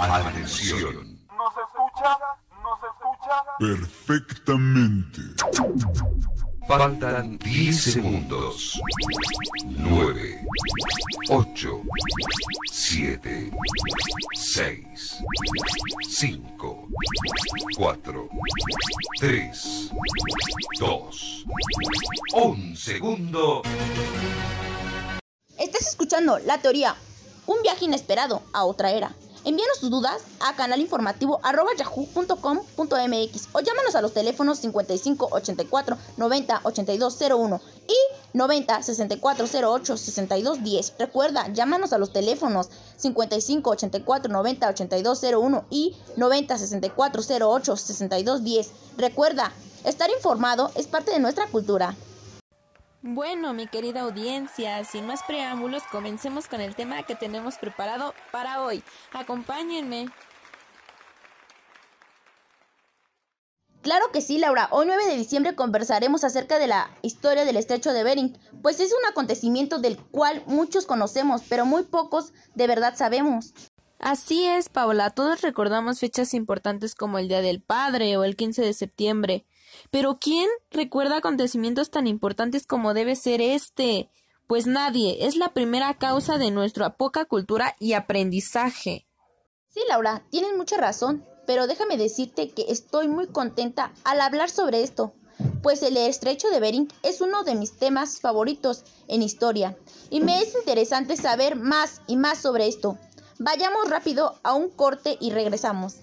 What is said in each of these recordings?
Atención. ¿Nos escucha? ¿Nos escucha? Perfectamente. Faltan 10 segundos. 9, 8, 7, 6, 5, 4, 3, 2, 1 segundo. Estás escuchando La Teoría, un viaje inesperado a otra era. Envíanos tus dudas a canalinformativo@yahoo.com.mx o llámanos a los teléfonos 55 84 90 82 01 y 90 64 08 62 10. Recuerda, llámanos a los teléfonos 55 84 90 82 01 y 90 64 08 62 10. Recuerda, estar informado es parte de nuestra cultura. Bueno, mi querida audiencia, sin más preámbulos, comencemos con el tema que tenemos preparado para hoy. Acompáñenme. Claro que sí, Laura. Hoy 9 de diciembre conversaremos acerca de la historia del Estrecho de Bering, pues es un acontecimiento del cual muchos conocemos, pero muy pocos de verdad sabemos. Así es, Paola, todos recordamos fechas importantes como el Día del Padre o el 15 de septiembre. Pero ¿quién recuerda acontecimientos tan importantes como debe ser este? Pues nadie, es la primera causa de nuestra poca cultura y aprendizaje. Sí, Laura, tienes mucha razón, pero déjame decirte que estoy muy contenta al hablar sobre esto, pues el Estrecho de Bering es uno de mis temas favoritos en historia, y me es interesante saber más y más sobre esto. Vayamos rápido a un corte y regresamos.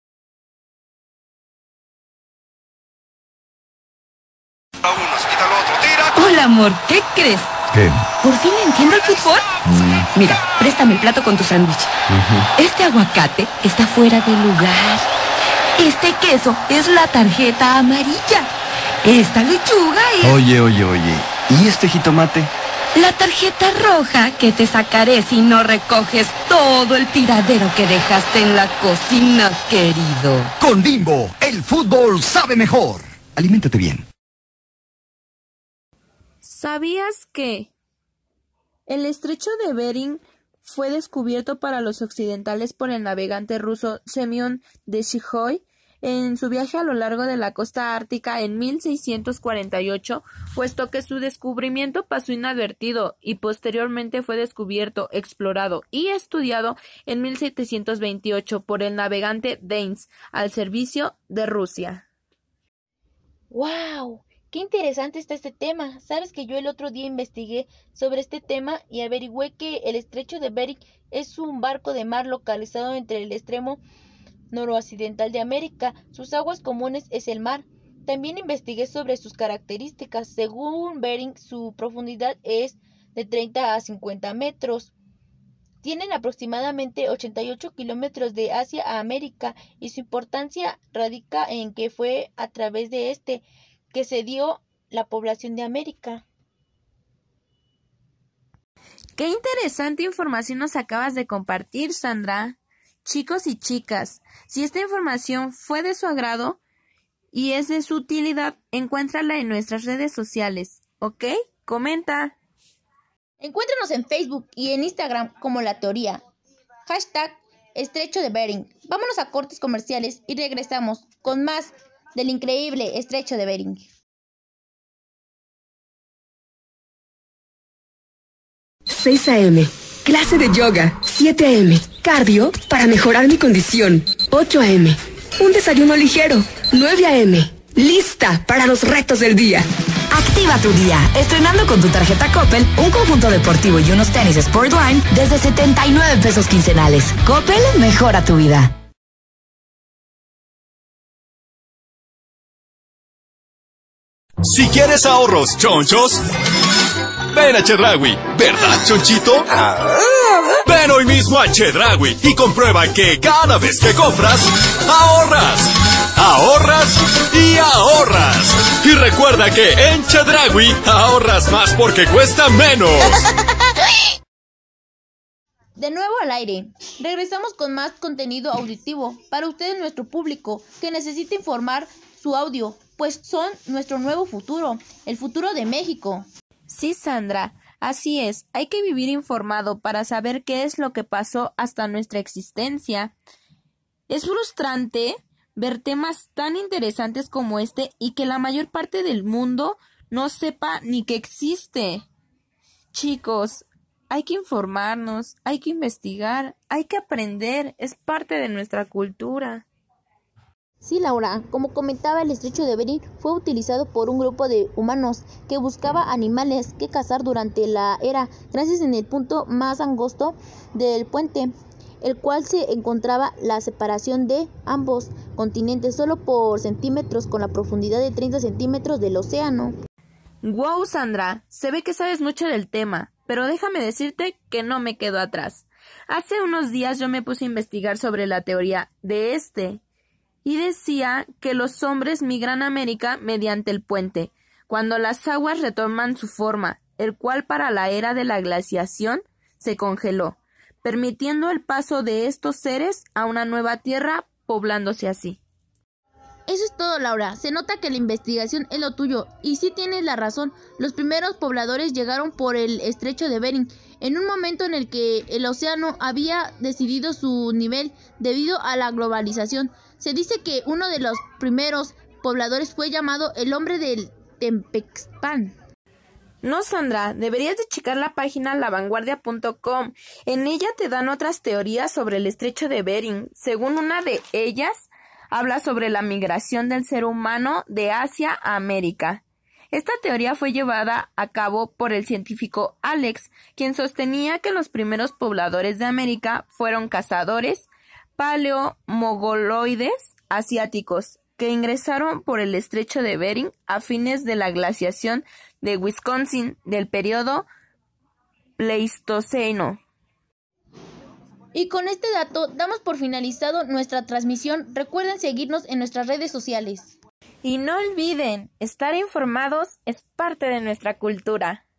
Hola, amor, ¿qué crees? ¿Qué? ¿Por fin entiendo el fútbol? Mira, préstame el plato con tu sándwich. Este aguacate está fuera de lugar. Este queso es la tarjeta amarilla. Esta lechuga es... Oye. ¿Y este jitomate? La tarjeta roja que te sacaré si no recoges todo el tiradero que dejaste en la cocina, querido. Con Bimbo, el fútbol sabe mejor. Aliméntate bien. ¿Sabías que el Estrecho de Bering fue descubierto para los occidentales por el navegante ruso Semyon Deshihoy en su viaje a lo largo de la costa ártica en 1648, puesto que su descubrimiento pasó inadvertido y posteriormente fue descubierto, explorado y estudiado en 1728 por el navegante Danes al servicio de Rusia? ¡Wow! ¡Qué interesante está este tema! Sabes que yo el otro día investigué sobre este tema y averigüé que el Estrecho de Bering es un barco de mar localizado entre el extremo noroccidental de América. Sus aguas comunes es el mar. También investigué sobre sus características. Según Bering, su profundidad es de 30 a 50 metros. Tienen aproximadamente 88 kilómetros de Asia a América y su importancia radica en que fue a través de este que se dio la población de América. ¡Qué interesante información nos acabas de compartir, Sandra! Chicos y chicas, si esta información fue de su agrado y es de su utilidad, encuéntrala en nuestras redes sociales, ¿ok? Comenta. Encuéntranos en Facebook y en Instagram como La Teoría. #Estrecho de Bering. Vámonos a cortes comerciales y regresamos con más del increíble Estrecho de Bering. ...6 a.m. Clase de yoga. 7 a.m. Cardio para mejorar mi condición. 8 a.m. Un desayuno ligero. 9 a.m. Lista para los retos del día. Activa tu día, estrenando con tu tarjeta Coppel un conjunto deportivo y unos tenis Sportline desde 79 pesos quincenales. Coppel mejora tu vida. Si quieres ahorros chonchos, ven a Chedraui, ¿verdad, Chonchito? Ven hoy mismo a Chedraui y comprueba que cada vez que compras, ahorras. Ahorras y ahorras. Y recuerda que en Chedraui ahorras más porque cuesta menos. De nuevo al aire. Regresamos con más contenido auditivo para ustedes, nuestro público, que necesita informar su audio, pues son nuestro nuevo futuro, el futuro de México. Sí, Sandra, así es. Hay que vivir informado para saber qué es lo que pasó hasta nuestra existencia. Es frustrante ver temas tan interesantes como este y que la mayor parte del mundo no sepa ni que existe. Chicos, hay que informarnos, hay que investigar, hay que aprender, es parte de nuestra cultura. Sí, Laura, como comentaba, el estrecho de Bering fue utilizado por un grupo de humanos que buscaba animales que cazar durante la era, gracias en el punto más angosto del puente, el cual se encontraba la separación de ambos continentes solo por centímetros, con la profundidad de 30 centímetros del océano. Wow, Sandra, se ve que sabes mucho del tema, pero déjame decirte que no me quedo atrás. Hace unos días yo me puse a investigar sobre la teoría de y decía que los hombres migran a América mediante el puente, cuando las aguas retoman su forma, el cual para la era de la glaciación se congeló, permitiendo el paso de estos seres a una nueva tierra, poblándose así. Eso es todo, Laura. Se nota que la investigación es lo tuyo. Y sí tienes la razón. Los primeros pobladores llegaron por el estrecho de Bering, en un momento en el que el océano había decidido su nivel debido a la globalización. Se dice que uno de los primeros pobladores fue llamado el hombre del Tempexpan. No, Sandra, deberías de checar la página lavanguardia.com. En ella te dan otras teorías sobre el estrecho de Bering. Según una de ellas, habla sobre la migración del ser humano de Asia a América. Esta teoría fue llevada a cabo por el científico Alex, quien sostenía que los primeros pobladores de América fueron cazadores paleomongoloides asiáticos, que ingresaron por el estrecho de Bering a fines de la glaciación de Wisconsin del periodo Pleistoceno. Y con este dato damos por finalizado nuestra transmisión. Recuerden seguirnos en nuestras redes sociales. Y no olviden, estar informados es parte de nuestra cultura.